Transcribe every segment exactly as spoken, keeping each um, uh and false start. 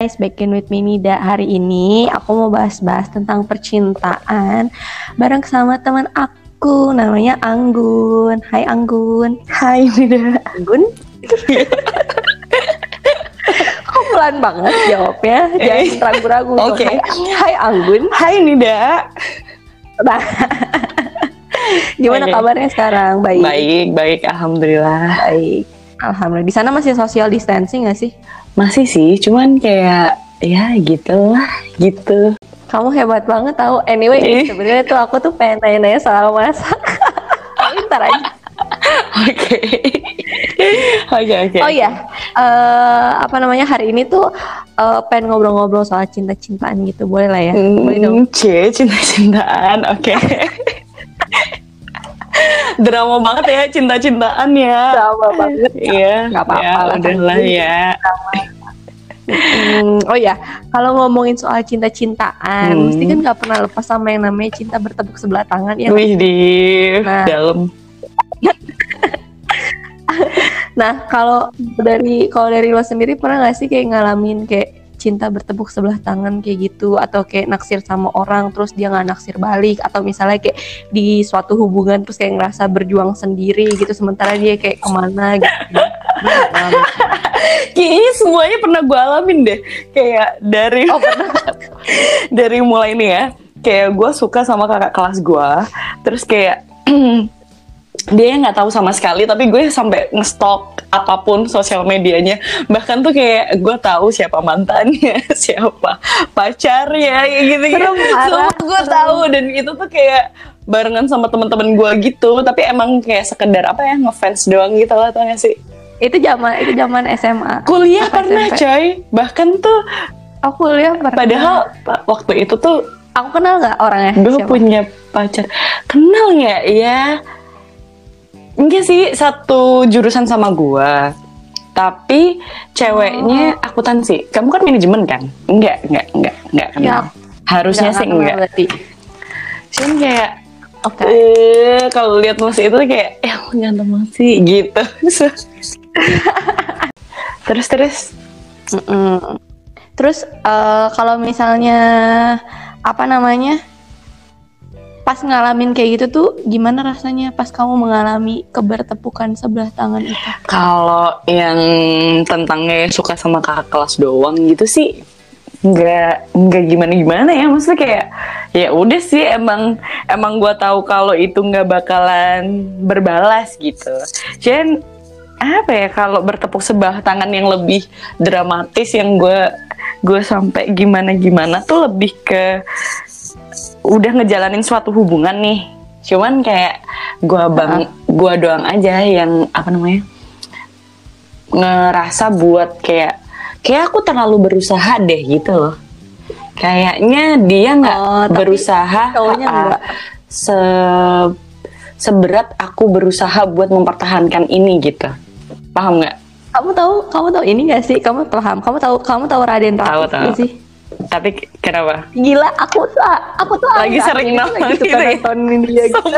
guys, back in with me Nida. Hari ini aku mau bahas-bahas tentang percintaan bareng sama teman aku, namanya Anggun. Hai Anggun. Hai Nida. Anggun? Kok pelan banget jawabnya? Jangan ragu-ragu. Oke. Okay. Hai, hai Anggun. Hai Nida. Nah. Gimana okay. kabarnya sekarang? Baik. Baik, baik. Alhamdulillah. Baik. Alhamdulillah. Di sana masih social distancing nggak sih? Masih sih, cuman kayak ya gitulah, gitu. Kamu hebat banget tahu. Anyway, eh. sebenarnya tuh aku tuh pengen nanya-nanya soal masak. Tapi ntar aja. Oke. Oke, oke. Oh ya, uh, apa namanya hari ini tuh uh, pengen ngobrol-ngobrol soal cinta-cintaan gitu, boleh lah ya? Boleh dong. C, cinta-cintaan, oke. Okay. Drama banget ya cinta-cintaan ya. Drama banget. Iya. Gak apa-apa ya, lah. Udahlah ya. Hmm, oh ya, kalau ngomongin soal cinta-cintaan, hmm. mesti kan gak pernah lepas sama yang namanya cinta bertepuk sebelah tangan ya. Wih di nah. dalam. Nah, kalau dari kalau dari lo sendiri pernah gak sih kayak ngalamin kayak cinta bertepuk sebelah tangan kayak gitu, atau kayak naksir sama orang terus dia nggak naksir balik, atau misalnya kayak di suatu hubungan terus kayak ngerasa berjuang sendiri gitu sementara dia kayak kemana gitu. Kayaknya semuanya pernah gue alamin deh, kayak dari oh, pernah. dari mulai nih ya, kayak gue suka sama kakak kelas gue, terus kayak dia nggak tahu sama sekali, tapi gue sampai ngestalk apapun sosial medianya. Bahkan tuh kayak gue tahu siapa mantannya, siapa pacarnya, kayak gitu-gitu. Semua gue tahu, dan itu tuh kayak barengan sama teman-teman gue gitu. Tapi emang kayak sekedar apa ya, ngefans doang gitu lah, tau gak sih? Itu zaman itu zaman S M A. Kuliah pernah, coy. Bahkan tuh aku kuliah pernah. Padahal waktu itu tuh aku kenal nggak orangnya? Gue punya pacar. Kenal nggak? Ya. Enggak sih, satu jurusan sama gua. Tapi ceweknya oh. akuntansi. Kamu kan manajemen kan? Enggak, enggak, enggak, enggak kenal. Ya, harusnya enggak, sih enggak. Berarti. Cuman kayak oke. Okay. Eh, kalau lihat Mas itu kayak eh ganteng banget sih gitu. terus terus. Mm-mm. Terus uh, kalau misalnya apa namanya? Pas ngalamin kayak gitu tuh gimana rasanya pas kamu mengalami kebertepukan sebelah tangan itu? Kalau yang tentangnya suka sama kakak kelas doang gitu sih nggak nggak gimana gimana ya, maksudnya kayak ya udah sih, emang emang gue tahu kalau itu nggak bakalan berbalas gitu. Jadi apa ya, kalau bertepuk sebelah tangan yang lebih dramatis yang gue gue sampai gimana gimana tuh lebih ke udah ngejalanin suatu hubungan nih, cuman kayak gua bang, gua doang aja yang apa namanya ngerasa buat kayak kayak aku terlalu berusaha deh gitu loh. Kayaknya dia nggak oh, berusaha uh, se seberat aku berusaha buat mempertahankan ini gitu. Paham nggak? Kamu tahu kamu tahu ini nggak sih? Kamu paham? Kamu tahu kamu tahu Raden Rauf nggak sih? Tapi kenapa? Gila, aku tuh aku tuh lagi sering nonton gitu ya. Nontonin dia gitu.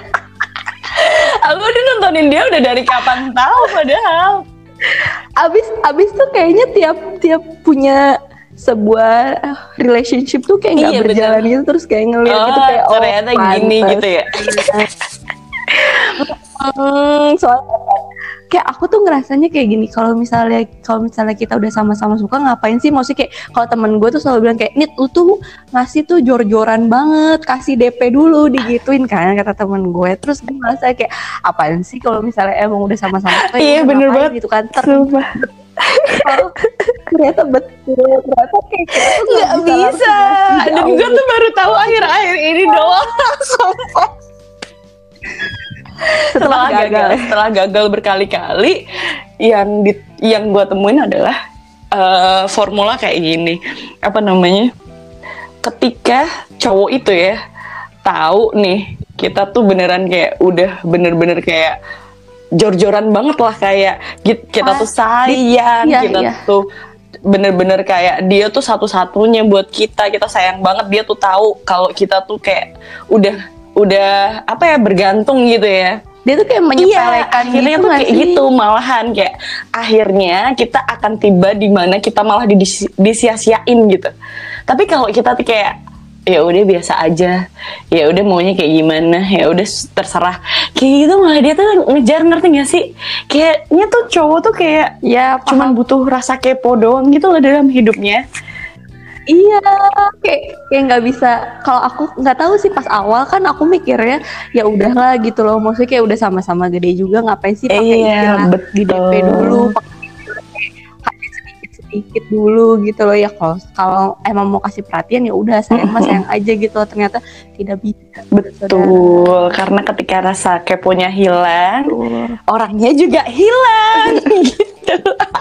Aku udah nontonin dia udah dari kapan tahu padahal. Abis abis tuh kayaknya tiap tiap punya sebuah relationship tuh kayak nggak iya, berjalan bener. Gitu, terus kayak ngeliat oh, gitu kayak oh ternyata gini gitu ya. Hmm, soalnya kayak aku tuh ngerasanya kayak gini, kalau misalnya kalau misalnya kita udah sama-sama suka ngapain sih, maksudnya kayak kalau temen gue tuh selalu bilang kayak Nit lu tuh ngasih tuh jor-joran banget, kasih D P dulu digituin kan kata temen gue. Terus gue ngerasa kayak apaan sih kalau misalnya emang udah sama-sama suka iya bener banget gitu kan ternyata oh, ternyata betul ternyata kayak kita tuh nggak bisa, dan gue tuh baru tahu akhir-akhir ini doang. Sumpah. Setelah gagal, setelah gagal berkali-kali, yang di, yang gue temuin adalah uh, formula kayak gini, apa namanya? Ketika cowok itu ya tahu nih kita tuh beneran kayak udah bener-bener kayak jor-joran banget lah, kayak kita tuh sayang, iya, kita iya. tuh bener-bener kayak dia tuh satu-satunya buat kita, kita sayang banget, dia tuh tahu kalau kita tuh kayak udah udah apa ya bergantung gitu ya. Dia tuh kayak Iya, menyepelekan akhirnya gitu tuh nggak kayak sih? gitu malahan kayak akhirnya kita akan tiba di mana kita malah didis- disia-siain gitu. Tapi kalau kita tuh kayak ya udah biasa aja, ya udah maunya kayak gimana, ya udah terserah kayak gitu, malah dia tuh ngejar, ngerti gak sih? Kayaknya tuh cowok tuh kayak Ya cuman paham. butuh rasa kepo doang gitu loh dalam hidupnya. Iya, kayak kayak nggak bisa. Kalau aku nggak tahu sih, pas awal kan aku mikirnya ya udahlah gitu loh. Maksudnya kayak udah sama-sama gede juga, ngapain sih pakai Iya, istilah di D P dulu, betul. pakai sedikit-sedikit dulu gitu loh ya. Kalau kalau emang mau kasih perhatian ya udah sayang mas sayang aja gitu loh. Ternyata tidak bisa. Betul, karena ketika rasa keponya hilang, Betul. orangnya juga hilang gitu.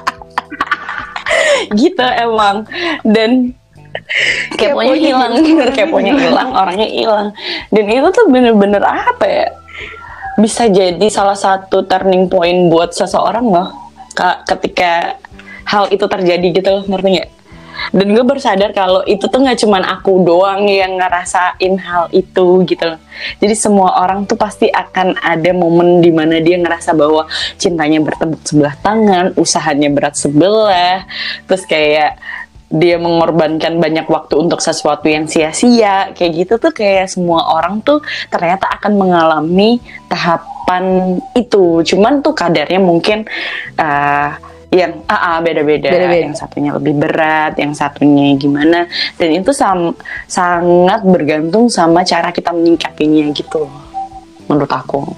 Gitu emang. Dan keponya Keponya hilang, hilang, bener keponya hilang, orangnya hilang. Dan itu tuh bener-bener apa ya? Bisa jadi salah satu turning point buat seseorang loh. Ka- Ketika hal itu terjadi gitu loh, ngerti nggak? Dan gue baru sadar kalau itu tuh nggak cuman aku doang yang ngerasain hal itu gitu loh. Jadi semua orang tuh pasti akan ada momen dimana dia ngerasa bahwa cintanya bertepuk sebelah tangan, usahanya berat sebelah, terus kayak dia mengorbankan banyak waktu untuk sesuatu yang sia-sia, kayak gitu tuh kayak semua orang tuh ternyata akan mengalami tahapan itu. Cuman tuh kadarnya mungkin uh, yang ah, ah, beda-beda. Beda-beda. Yang satunya lebih berat, yang satunya gimana. Dan itu sam- sangat bergantung sama cara kita menyikapinya gitu, menurut aku.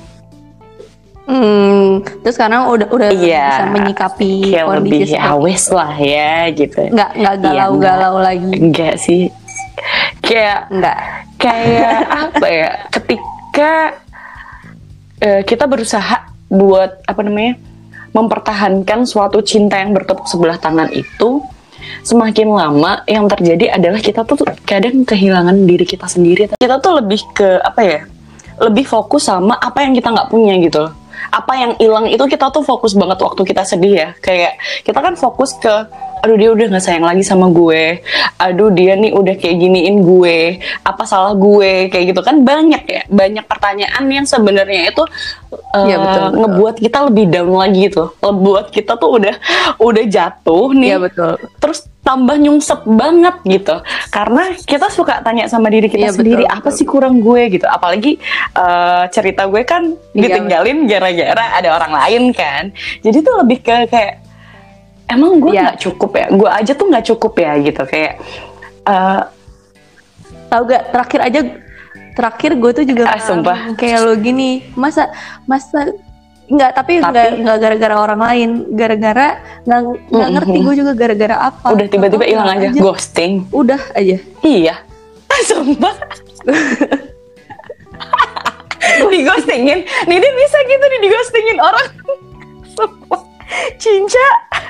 Hmm, terus sekarang udah udah Iya, bisa menyikapi kayak kondisi lebih seperti awes lah ya gitu. nggak nggak Iya, galau-galau lagi. Enggak sih, kayak Nggak. kayak apa ya? Ketika eh, kita berusaha buat apa namanya mempertahankan suatu cinta yang bertepuk sebelah tangan itu, semakin lama yang terjadi adalah kita tuh kadang kehilangan diri kita sendiri. Kita tuh lebih ke apa ya? Lebih fokus sama apa yang kita nggak punya gitu. Apa yang hilang itu kita tuh fokus banget waktu kita sedih ya. Kayak kita kan fokus ke aduh dia udah gak sayang lagi sama gue, aduh dia nih udah kayak giniin gue, apa salah gue, kayak gitu kan banyak ya, banyak pertanyaan yang sebenarnya itu uh, Ya, betul, betul. ngebuat kita lebih down lagi gitu, ngebuat kita tuh udah udah jatuh nih, Iya betul. terus tambah nyungsep banget gitu, karena kita suka tanya sama diri kita Iya, sendiri betul, apa betul. sih kurang gue gitu, apalagi uh, cerita gue kan Iya, ditinggalin gara-gara ada orang lain kan, jadi tuh lebih ke kayak emang gue Iya. nggak cukup ya, gue aja tuh nggak cukup ya gitu, kayak uh, Tahu gak, terakhir aja terakhir gue tuh juga Ah, sumpah. kayak lo gini, masa masa nggak tapi nggak Tapi- nggak gara-gara orang lain, gara-gara nggak nggak Mhm. ngerti gue juga gara-gara apa. udah tiba-tiba Tahu-tahu hilang aja, ghosting. Udah aja. Iya, sumpah. Di ghostingin, Nini bisa gitu nih di ghostingin orang. Sumpah. Cinca.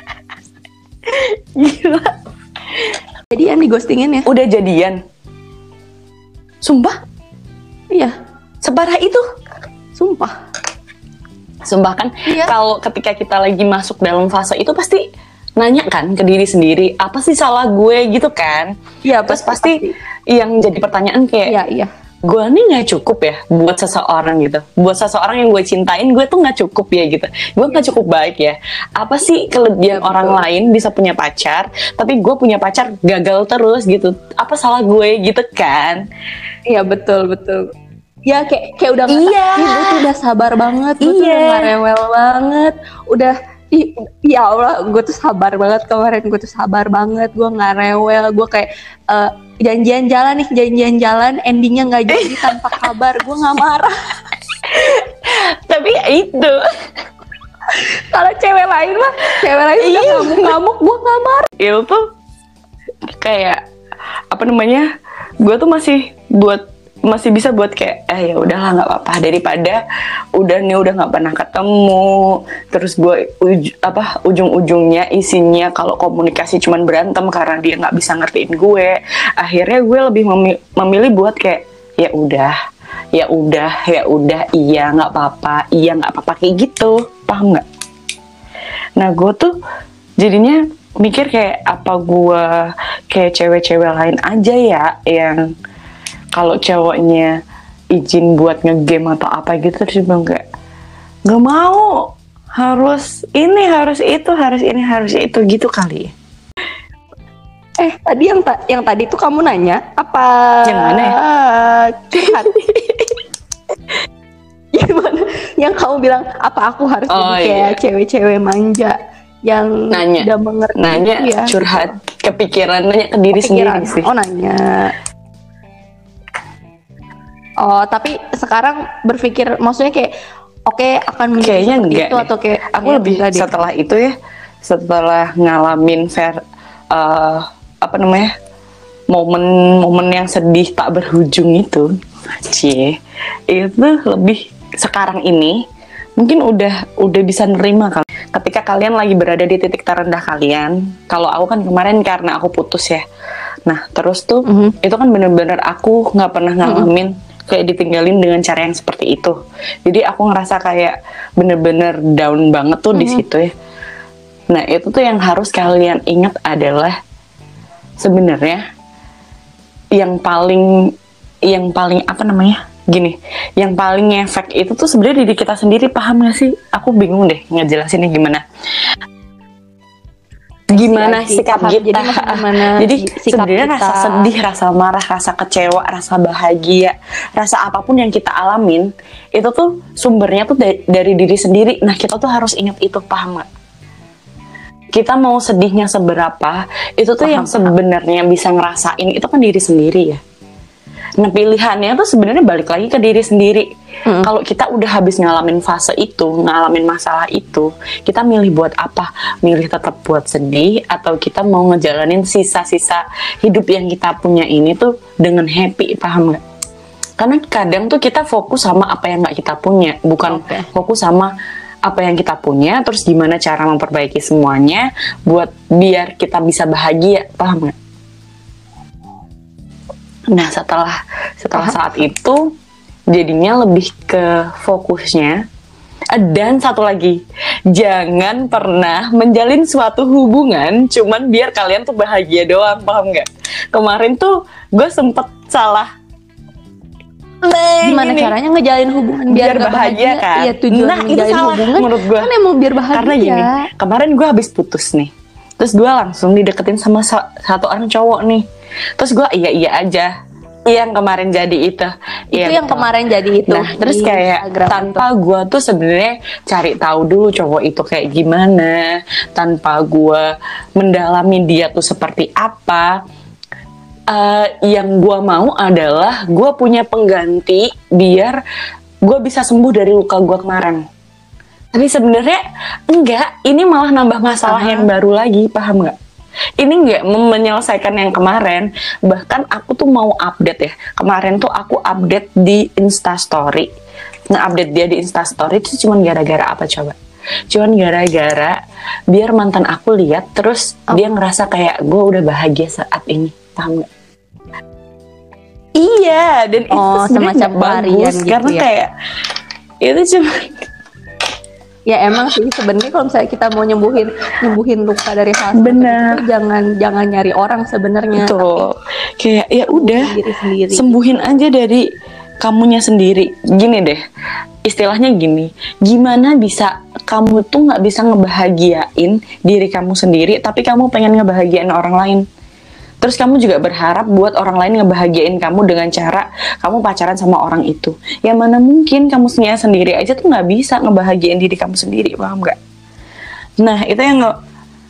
Gila. Jadi yang di ghostingin ya. Udah jadian. Sumpah, Iya, separah itu. sumpah. Sumpah kan, Iya. kalau ketika kita lagi masuk dalam fase itu pasti nanya kan ke diri sendiri, apa sih salah gue gitu kan? Iya, Terus pasti, yang jadi pertanyaan kayak, Iya, iya. gue nih nggak cukup ya buat seseorang gitu, buat seseorang yang gue cintain, gue tuh nggak cukup ya gitu, gue nggak cukup baik ya. Apa sih kelebihan Iya, orang betul. lain bisa punya pacar, tapi gue punya pacar gagal terus gitu? Apa salah gue gitu kan? Iya, betul, betul. Ya kayak kayak udah nggak Iya. ih, gue tuh udah sabar banget, gue tuh Iya. udah nggak rewel banget, udah ih, ya Allah, gue tuh sabar banget kemarin, gue tuh sabar banget, gue nggak rewel, gue kayak eh, janjian jalan nih, janjian jalan, endingnya nggak jadi tanpa kabar, gue nggak marah. Tapi ya itu, Kalau cewek lain mah, cewek lain udah Iya. ngamuk-ngamuk, gue nggak marah. itu tuh kayak apa namanya? Gue tuh masih buat masih bisa buat kayak eh ya udahlah nggak apa-apa, daripada udah nih udah nggak pernah ketemu, terus gue uj- apa ujung-ujungnya isinya kalau komunikasi cuman berantem karena dia nggak bisa ngertiin gue, akhirnya gue lebih memi- memilih buat kayak ya udah ya udah ya udah iya nggak apa-apa iya nggak apa-apa kayak gitu, paham nggak? Nah gue tuh jadinya mikir kayak apa gue kayak cewek-cewek lain aja ya yang kalau cowoknya izin buat ngegame atau apa gitu, terus dia bilang kayak nggak mau harus ini harus itu harus ini harus itu gitu kali. Eh tadi yang ta- yang tadi tuh kamu nanya apa? Yang mana ya? Curhat. Gimana? Yang kamu bilang apa aku harus Oh, jadi kayak iya. cewek-cewek manja yang Nanya. udah mengerti Nanya itu ya? curhat kepikiran, nanya ke diri Kepikiran. sendiri sih. Oh nanya. Oh tapi sekarang berpikir maksudnya kayak oke akan menjadi Kayaknya seperti enggak itu deh. atau kayak Aku ya, lebih enggak deh. setelah itu ya, setelah ngalamin ver, eh, apa namanya momen-momen yang sedih tak berujung itu, cie, itu lebih sekarang ini mungkin udah udah bisa nerima kan. Ketika kalian lagi berada di titik terendah kalian, kalau aku kan kemarin karena aku putus ya. Nah terus tuh Mhm. itu kan bener-bener aku nggak pernah ngalamin kayak ditinggalin dengan cara yang seperti itu. Jadi aku ngerasa kayak bener-bener down banget tuh di Mhm. situ ya. Nah itu tuh yang harus kalian ingat adalah sebenarnya yang paling yang paling apa namanya gini, yang paling ngefek itu tuh sebenarnya diri kita sendiri. Paham gak sih? Aku bingung deh ngejelasinnya gimana. Gimana Si- sikap paham. kita? Jadi maksud gimana Jadi sikap sebenarnya kita. rasa sedih, rasa marah, rasa kecewa, rasa bahagia, rasa apapun yang kita alamin itu tuh sumbernya tuh da- dari diri sendiri. Nah kita tuh harus ingat itu, paham gak? Kita mau sedihnya seberapa, itu tuh Paham, yang sebenarnya bisa ngerasain itu kan diri sendiri ya. Nah pilihannya tuh sebenarnya balik lagi ke diri sendiri. Mm. Kalau kita udah habis ngalamin fase itu, ngalamin masalah itu, kita milih buat apa? Milih tetap buat sedih atau kita mau ngejalanin sisa-sisa hidup yang kita punya ini tuh dengan happy, paham nggak? Karena kadang tuh kita fokus sama apa yang nggak kita punya, bukan Oke. fokus sama apa yang kita punya, terus gimana cara memperbaiki semuanya buat biar kita bisa bahagia, paham nggak? Nah setelah setelah saat itu jadinya lebih ke fokusnya. Eh, dan satu lagi, jangan pernah menjalin suatu hubungan cuman biar kalian tuh bahagia doang, paham nggak? Kemarin tuh gue sempet salah. Nah, Gimana gini. caranya ngejalin hubungan biar, Biar nggak bahagia, kan? Iya tujuan Nah, itu ngejalin salah hubungan menurut gua. kan emang biar bahagia. Karena gini, kemarin gue habis putus nih, terus gue langsung dideketin sama sa- satu orang cowok nih, terus gue iya iya aja. Yang kemarin jadi itu, Itu Iya, yang betul. kemarin jadi itu. Nah, terus di kayak Instagram tanpa gue tuh sebenarnya cari tahu dulu cowok itu kayak gimana, tanpa gue mendalami dia tuh seperti apa. Eh, yang gue mau adalah gue punya pengganti biar gue bisa sembuh dari luka gue kemarin. Tapi sebenarnya enggak, ini malah nambah masalah Aha. yang baru lagi, paham nggak? Ini nggak mem- menyelesaikan yang kemarin. Bahkan aku tuh mau update ya. Kemarin tuh aku update di Instastory. Nge-update dia di Instastory itu cuma gara-gara apa coba? Cuman gara-gara biar mantan aku lihat terus Oh. dia ngerasa kayak gue udah bahagia saat ini, paham nggak? Iya, dan itu Oh, sebenarnya semacam nggak pelarian bagus gitu karena ya? kayak itu cuma Ya emang sih sebenarnya kalau misalnya kita mau nyembuhin nyembuhin luka dari hal seperti Benar. itu jangan jangan nyari orang sebenarnya. tuh kayak ya udah Diri sendiri. sembuhin aja dari kamunya sendiri. Gini deh, istilahnya gini, gimana bisa kamu tuh nggak bisa ngebahagiain diri kamu sendiri tapi kamu pengen ngebahagiain orang lain, terus kamu juga berharap buat orang lain ngebahagiain kamu dengan cara kamu pacaran sama orang itu. Ya mana mungkin kamu sendiri aja tuh nggak bisa ngebahagiain diri kamu sendiri, paham nggak? Nah itu yang nggak.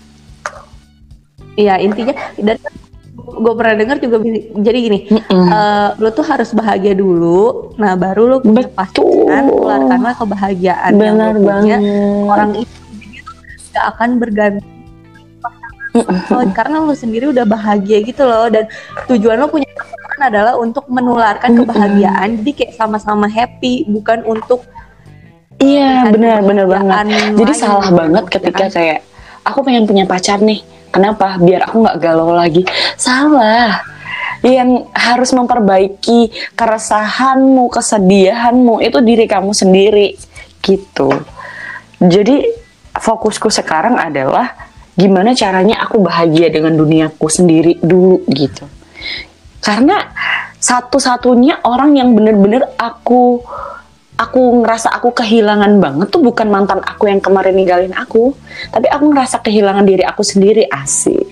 Iya intinya dan gue pernah dengar juga bi- jadi gini, Mm-mm. eh, lo tuh harus bahagia dulu, nah baru lo punya Betul. pasangan, keluarkanlah kebahagiaan yang Benar lo punya. banget. Orang itu gak akan berganti oh, karena lo sendiri udah bahagia gitu loh, dan tujuan lo punya pasangan adalah untuk menularkan kebahagiaan, jadi kayak sama-sama happy, bukan untuk Iya, Ada benar benar banget. kebahagiaan Jadi lain salah gitu, banget ya ketika kan? kayak aku pengen punya pacar nih. Kenapa? Biar aku nggak galau lagi. Salah. Yang harus memperbaiki keresahanmu, kesedihanmu itu diri kamu sendiri, gitu. Jadi fokusku sekarang adalah gimana caranya aku bahagia dengan duniaku sendiri dulu, gitu. Karena satu-satunya orang yang bener-bener aku aku ngerasa aku kehilangan banget tuh bukan mantan aku yang kemarin ninggalin aku, tapi aku ngerasa kehilangan diri aku sendiri. Asik.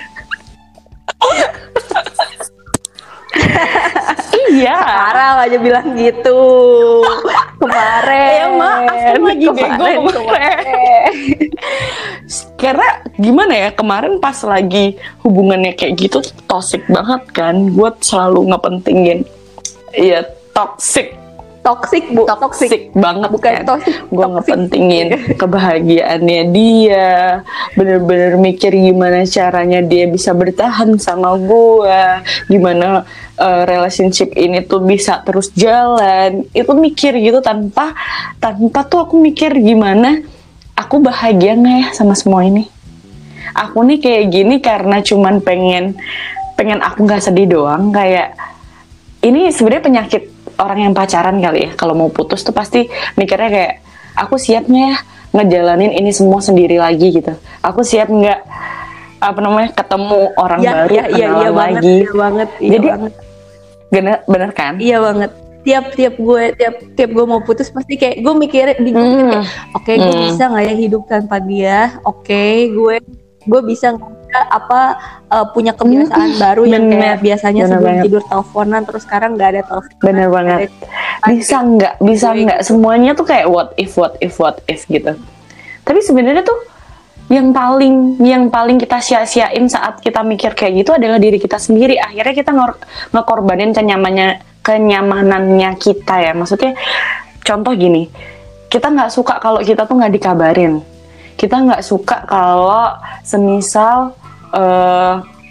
Iya. Sekarang aja bilang gitu. Kemarin. Ya maaf, lagi bego kemarin. Karena gimana ya, kemarin pas lagi hubungannya kayak gitu toxic banget kan. Gue selalu ngepentingin. Iya, toxic. Toxic bu, Toxic, toxic banget bukan kan. toxic. Gue ngepentingin kebahagiaannya dia, bener-bener mikir gimana caranya dia bisa bertahan sama gue, gimana uh, relationship ini tuh bisa terus jalan. Itu mikir gitu tanpa tanpa tuh aku mikir gimana aku bahagia nggak ya sama semua ini. Aku nih kayak gini karena cuman pengen pengen aku nggak sedih doang. Kayak ini sebenarnya penyakit orang yang pacaran kali ya. Kalau mau putus tuh pasti mikirnya kayak, aku siap nggak ya ngejalanin ini semua sendiri lagi gitu. Aku siap nggak apa namanya ketemu orang ya, baru, ya, kenalan ya, iya lagi. banget, iya banget, iya Jadi banget. bener, bener kan? Iya banget. Tiap tiap gue tiap tiap gue mau putus pasti kayak gue mikir di gue Hmm. kayak, oke gue Hmm. bisa nggak ya hidup tanpa dia? Oke gue gue bisa nggak ya, apa uh, punya kebiasaan Hmm. baru yang Bener. kayak biasanya Bener sebelum banget. tidur teleponan terus sekarang nggak ada telepon. Bener banget. Bisa nggak, bisa Gue nggak gitu. semuanya tuh kayak what if, what if, what if gitu. Tapi sebenarnya tuh yang paling yang paling kita sia-siain saat kita mikir kayak gitu adalah diri kita sendiri. Akhirnya kita ngor- ngekorbanin kenyamannya kenyamanannya kita ya. Maksudnya contoh gini, kita nggak suka kalau kita tuh nggak dikabarin. Kita nggak suka kalau semisal eh,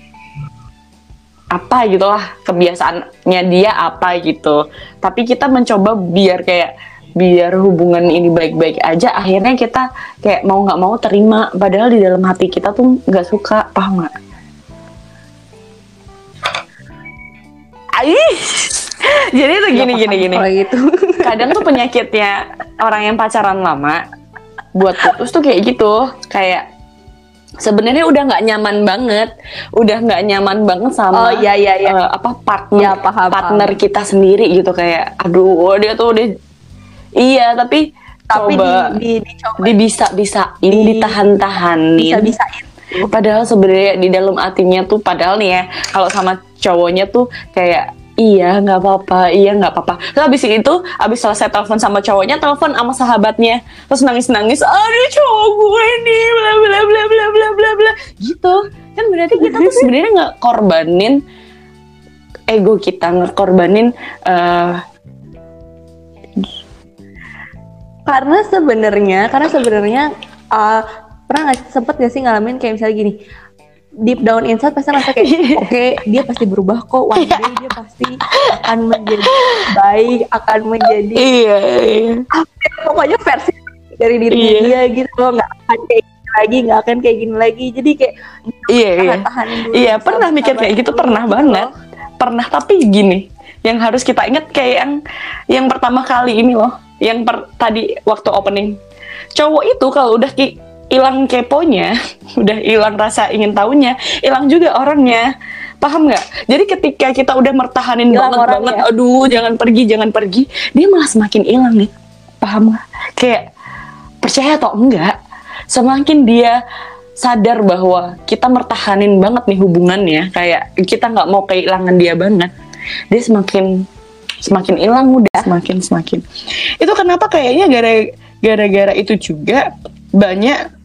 apa gitulah kebiasaannya dia apa gitu. Tapi kita mencoba biar kayak biar hubungan ini baik-baik aja. Akhirnya kita kayak mau nggak mau terima. Padahal di dalam hati kita tuh nggak suka, paham nggak? Aih, jadi tuh gini Nggak gini paham gini. kalau gitu. Kadang tuh penyakitnya orang yang pacaran lama buat putus tuh kayak gitu, kayak sebenarnya udah nggak nyaman banget, udah nggak nyaman banget sama Oh, iya, iya, iya. eh, apa partner Iya, paham, partner paham. kita sendiri gitu, kayak aduh dia tuh udah iya tapi, Tapi coba di, di, dicoba dibisa-bisain, Di- ditahan-tahanin. bisa-bisain. Padahal sebenarnya di dalam hatinya tuh, padahal nih ya, kalau sama cowoknya tuh kayak iya nggak apa-apa, iya nggak apa-apa. Terus abis itu, abis selesai telepon sama cowoknya, telepon sama sahabatnya, terus nangis-nangis, aduh cowok gue nih, bla bla bla bla bla bla bla, gitu. Kan berarti kita tuh sebenarnya nggak korbanin ego kita, nggak korbanin eh, Karena sebenarnya, karena sebenarnya uh, pernah nggak sempet nggak sih ngalamin kayak misalnya gini, deep down inside pasti ngerasa kayak, oke dia pasti berubah kok, one day dia pasti akan menjadi baik, akan menjadi iya, iya. apa, pokoknya versi dari dirinya Iya. dia gitu loh, nggak akan kayak gini lagi, nggak akan kayak gini lagi, jadi kayak Iya, iya. tahan-tahanin dulu. Iya, pernah mikir kayak gitu, sabar-sabar pernah dulu banget. loh. Pernah, tapi gini, yang harus kita ingat kayak yang yang pertama kali ini loh, yang per, tadi waktu opening. Cowok itu kalau udah ki, hilang keponya, udah hilang rasa ingin tahunya, hilang juga orangnya. Paham nggak? Jadi ketika kita udah mertahanin Hilang banget orangnya. banget, aduh jangan pergi, jangan pergi, dia malah semakin hilang nih. Paham nggak? Kayak percaya atau enggak, semakin dia sadar bahwa kita mertahanin banget nih hubungannya, kayak kita nggak mau kehilangan dia banget, dia semakin semakin hilang, udah semakin semakin. Itu kenapa kayaknya gara gara-gara itu juga banyak.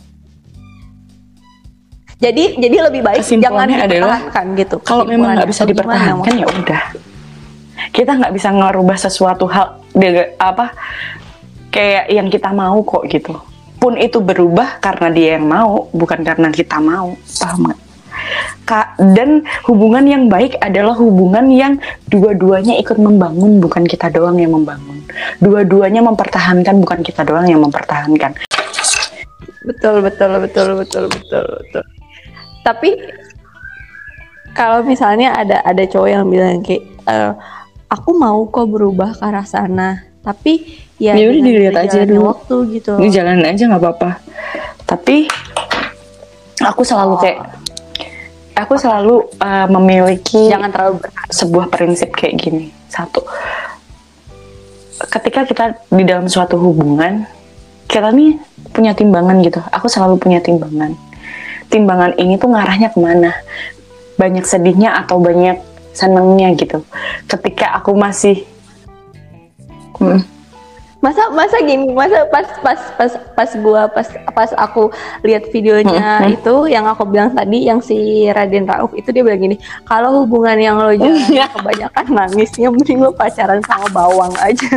Jadi jadi lebih baik jangan Kesimpulannya adalah, dipertahankan gitu. kalau memang nggak bisa Kesimpulannya. dipertahankan ya udah, kita nggak bisa ngerubah sesuatu hal dengan apa kayak yang kita mau kok gitu. Pun itu berubah karena dia yang mau, bukan karena kita mau. Paham nggak? Ka- dan hubungan yang baik adalah hubungan yang dua-duanya ikut membangun, bukan kita doang yang membangun. Dua-duanya mempertahankan, bukan kita doang yang mempertahankan. Betul, betul, betul, betul, betul, betul. Tapi kalau misalnya ada ada cowok yang bilang kayak, e, aku mau kok berubah ke arah sana, tapi ya Ya udah, dengan dilihat aja berjalannya dulu. waktu gitu. Ini jalan aja nggak apa-apa. Tapi aku selalu Oh. kayak, aku selalu uh, memiliki Jangan terlalu berharap. sebuah prinsip kayak gini. Satu, ketika kita di dalam suatu hubungan, kita nih punya timbangan gitu. Aku selalu punya timbangan. Timbangan ini tuh ngarahnya kemana? Banyak sedihnya atau banyak senengnya gitu. Ketika aku masih hmm, masa masa gini, masa pas pas pas pas gua pas pas aku lihat videonya Hmm, hmm. itu yang aku bilang tadi, yang si Raden Rauf itu, dia bilang gini, kalau hubungan yang lo jalan kebanyakan nangisnya, mending lo pacaran sama bawang aja.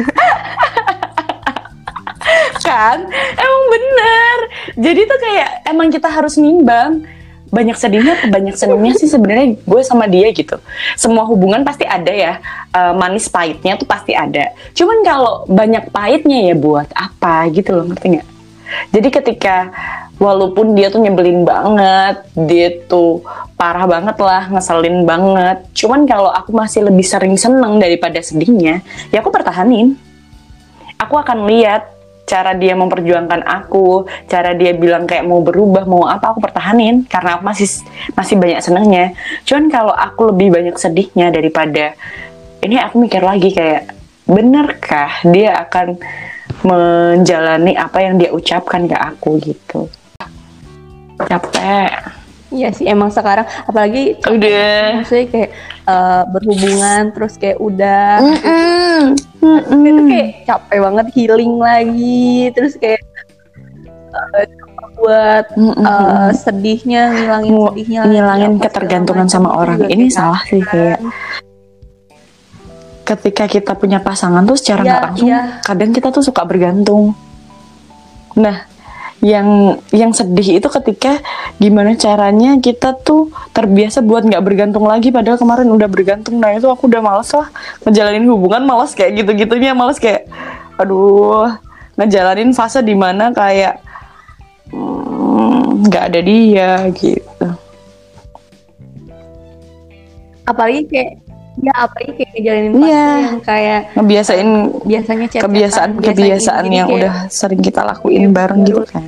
kan emang bener. Jadi tuh kayak emang kita harus nimbang banyak sedihnya atau banyak senengnya sih sebenarnya gue sama dia gitu. Semua hubungan pasti ada ya, uh, manis pahitnya tuh pasti ada. Cuman kalau banyak pahitnya ya buat apa gitu loh, ngerti nggak? Jadi ketika walaupun dia tuh nyebelin banget, dia tuh parah banget lah, ngeselin banget, cuman kalau aku masih lebih sering seneng daripada sedihnya, ya aku pertahanin. Aku akan lihat cara dia memperjuangkan aku, cara dia bilang kayak mau berubah, mau apa, aku pertahanin karena aku masih masih banyak senengnya. Cuman kalau aku lebih banyak sedihnya daripada ini, aku mikir lagi kayak, benerkah dia akan menjalani apa yang dia ucapkan ke aku gitu. Capek. Iya sih, emang sekarang apalagi Udah. maksudnya kayak uh, berhubungan terus kayak udah Mm-mm. itu kayak capek banget, healing lagi, terus kayak uh, buat uh, sedihnya, ngilangin Mu- sedihnya, ngilangin apa, ketergantungan segala sama macam. orang. Itu juga Ini kayak salah sih, kayak ketika kita punya pasangan tuh secara Iya, nggak langsung iya. kadang kita tuh suka bergantung. Nah, yang yang sedih itu ketika gimana caranya kita tuh terbiasa buat nggak bergantung lagi, padahal kemarin udah bergantung. Nah itu aku udah males lah ngejalanin hubungan, males kayak gitu-gitunya, males kayak aduh ngejalanin fase dimana kayak nggak hmm, ada dia gitu. Apalagi kayak ya apalagi kayak ngejalanin fase Iya. yang kayak Ngebiasain biasanya chat-chatan, kebiasaan-kebiasaan biasanya yang ini, jadi udah sering kita lakuin Iya, bareng baru- gitu kan.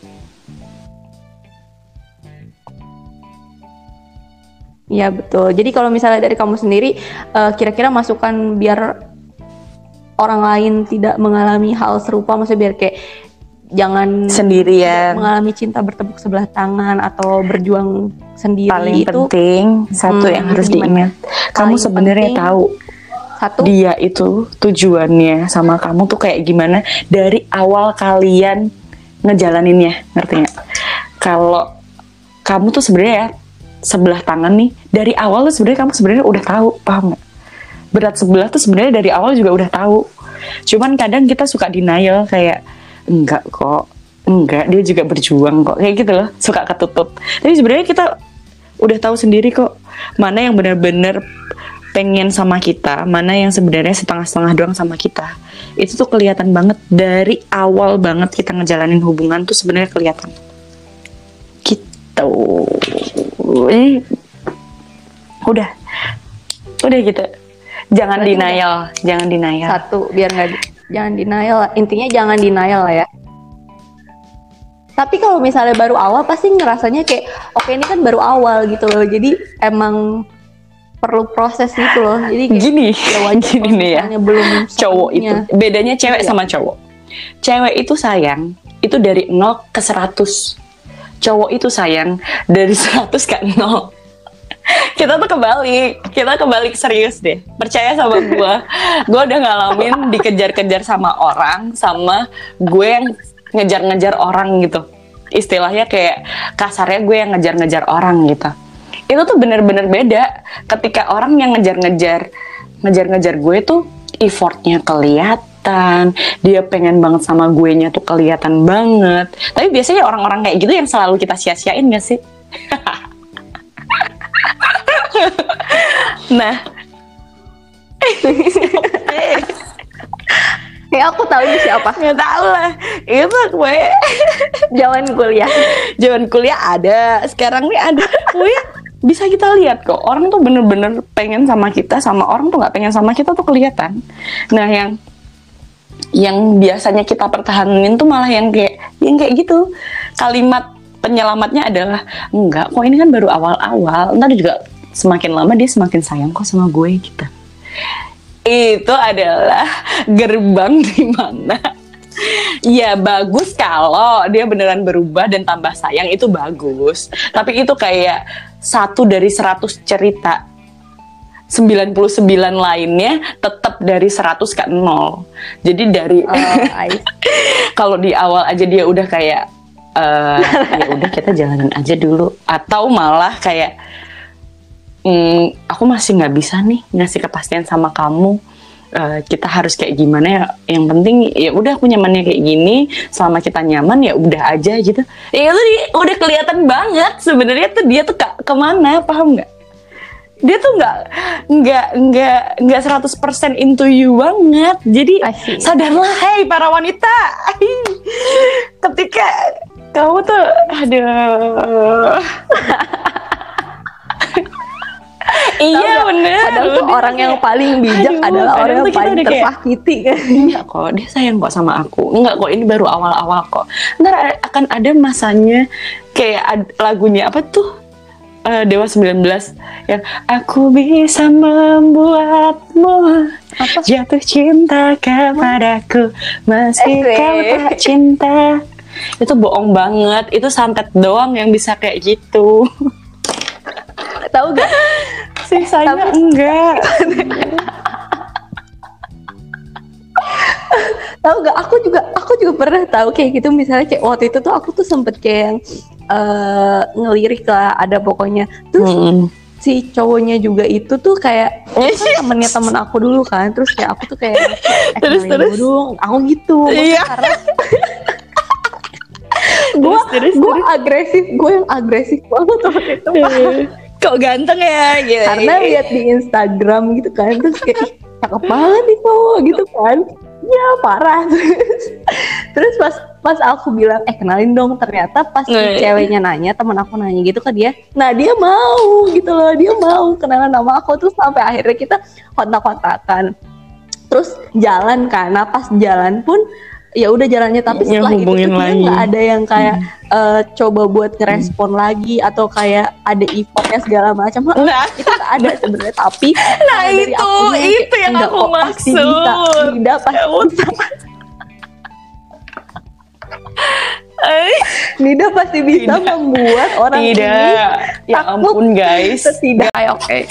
Iya betul. Jadi kalau misalnya dari kamu sendiri, uh, kira-kira masukan biar orang lain tidak mengalami hal serupa, maksudnya biar kayak jangan Sendirian. mengalami cinta bertepuk sebelah tangan atau berjuang sendiri, Paling itu penting satu Hmm, yang harus itu gimana? diingat, kamu Paling sebenarnya penting, tahu satu dia itu tujuannya sama kamu tuh kayak gimana dari awal kalian ngejalaninnya, ngerti nggak? Kalau kamu tuh sebenarnya ya, sebelah tangan nih dari awal tuh sebenarnya kamu sebenarnya udah tahu, paham nggak? Berat sebelah tuh sebenarnya dari awal juga udah tahu. Cuman kadang kita suka denial kayak enggak kok, enggak, dia juga berjuang kok, kayak gitu loh, suka ketutup. Tapi sebenarnya kita udah tahu sendiri kok mana yang benar-benar pengen sama kita, mana yang sebenarnya setengah-setengah doang sama kita. Itu tuh kelihatan banget dari awal banget kita ngejalanin hubungan tuh sebenarnya kelihatan. Gitu. Eh, udah, udah gitu. Jangan Berarti denial, jangan denial. satu biar nggak jangan denial lah. Intinya jangan denial lah ya. Tapi kalau misalnya baru awal pasti ngerasanya kayak oke ini kan baru awal gitu loh. Jadi emang perlu proses gitu loh. Jadi kayak, Gini, ya wajar gini kalau nih ya. misalnya belum Cowok itu sepenuhnya. bedanya cewek Iya. sama cowok. Cewek itu sayang itu dari nol ke seratus. Cowok itu sayang dari seratus ke nol. Kita tuh kebalik, kita kebalik serius deh. Percaya sama gue, gue udah ngalamin dikejar-kejar sama orang, sama gue yang ngejar-ngejar orang gitu. Istilahnya kayak kasarnya gue yang ngejar-ngejar orang gitu. Itu tuh bener-bener beda. Ketika orang yang ngejar-ngejar, ngejar-ngejar gue tuh effortnya kelihatan, dia pengen banget sama gue nya tuh kelihatan banget. Tapi biasanya orang-orang kayak gitu yang selalu kita sia-siain gak sih? Nah, Kayak aku tahu ini siapa. nggak tahu lah. Itu gue Zaman kuliah. zaman kuliah ada, sekarang nih ada. Kuliah bisa kita lihat kok. Orang tuh bener-bener pengen sama kita, sama orang tuh nggak pengen sama kita tuh kelihatan. Nah, yang yang biasanya kita pertahanin tuh malah yang kayak yang kayak gitu. Kalimat penyelamatnya adalah enggak kok, ini kan baru awal-awal, ntar juga semakin lama dia semakin sayang kok sama gue gitu. itu adalah gerbang di mana ya bagus kalau dia beneran berubah dan tambah sayang, itu bagus. Tapi itu kayak satu dari seratus cerita, sembilan puluh sembilan lainnya tetap dari seratus ke nol. Jadi dari Oh, kalau di awal aja dia udah kayak uh, ya udah kita jalanin aja dulu, atau malah kayak mm, aku masih nggak bisa nih ngasih kepastian sama kamu. Uh, kita harus kayak gimana ya, yang penting ya udah aku nyamannya kayak gini, selama kita nyaman ya udah aja gitu. Ya itu di- udah kelihatan banget sebenarnya tuh dia tuh ke kemana, paham nggak? Dia tuh nggak nggak nggak nggak seratus persen into you banget. Jadi I see. sadarlah, hei para wanita, ketika kamu tuh aduh. Iya bener. Padahal tuh Dia orang yang kayak, paling bijak aduh, adalah kadang orang tuh yang kita paling udah kayak, tersakiti kan. enggak kok, dia sayang kok sama aku. Enggak kok, ini baru awal-awal kok. Ntar akan ada masanya kayak ad- lagunya apa tuh? Eh, Dewa sembilan belas yang aku bisa membuatmu Apa? jatuh cinta kepadaku meski Eh, kau tak cinta. Itu bohong banget. Itu santet doang yang bisa kayak gitu. Tahu gak? Sisanya enggak. Tahu gak? Aku juga aku juga pernah tahu kayak gitu. Misalnya kayak waktu itu tuh aku tuh sempet kayak yang eh, ngelirik lah, ada pokoknya. Terus Hmm. si cowoknya juga itu tuh kayak itu kan temennya temen aku dulu kan. Terus kayak aku tuh kayak eh, Terus, kenalin terus? gue dong. Aku gitu. Iya. Karena gue Terus, terus, gue agresif, gue yang agresif banget waktu itu. Kok ganteng ya gitu. Karena lihat di Instagram gitu kan, terus kayak ih, cakep banget nih cowok gitu kan. Ya parah. Terus, terus pas pas aku bilang eh kenalin dong, ternyata pas si Nge- ceweknya nanya, teman aku nanya gitu ke dia, nah dia mau gitu loh, dia mau kenalan sama aku. Terus sampai akhirnya kita kontak-kontakan, terus jalan kan. Nah pas jalan pun ya udah jalannya, tapi Yang setelah itu tuh hubungin dia lagi. nggak ada yang kayak eh, coba buat ngerespon lagi atau kayak ada effortnya segala macam. Nah, Itu nggak ada sebenarnya, tapi Nah, kalau dari itu, akunya kayak, itu yang "Enggak aku kok, pasti maksud." bisa, Nida pasti Ya ampun. bisa, eh, Nida pasti bisa Tidak. membuat orang ini tidak. Ya takut. ampun guys. Tidak, oke.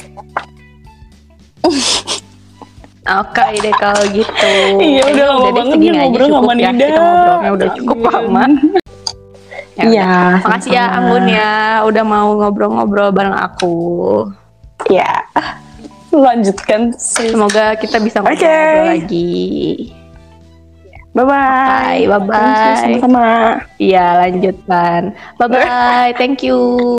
Oke deh kalau gitu. Iya, udah lama deh, banget segini nih aja ngobrol cukup sama ya. Nida. Kita ngobrolnya udah cukup lama. Ya Iya, udah. Makasih ya sama-sama. Anggun ya udah mau ngobrol-ngobrol bareng aku. Ya, lanjutkan. Semoga kita bisa Oke. ngobrol-ngobrol lagi. Bye bye. Bye, bye-bye. Sama-sama. Iya, lanjutkan. Bye bye. Thank you.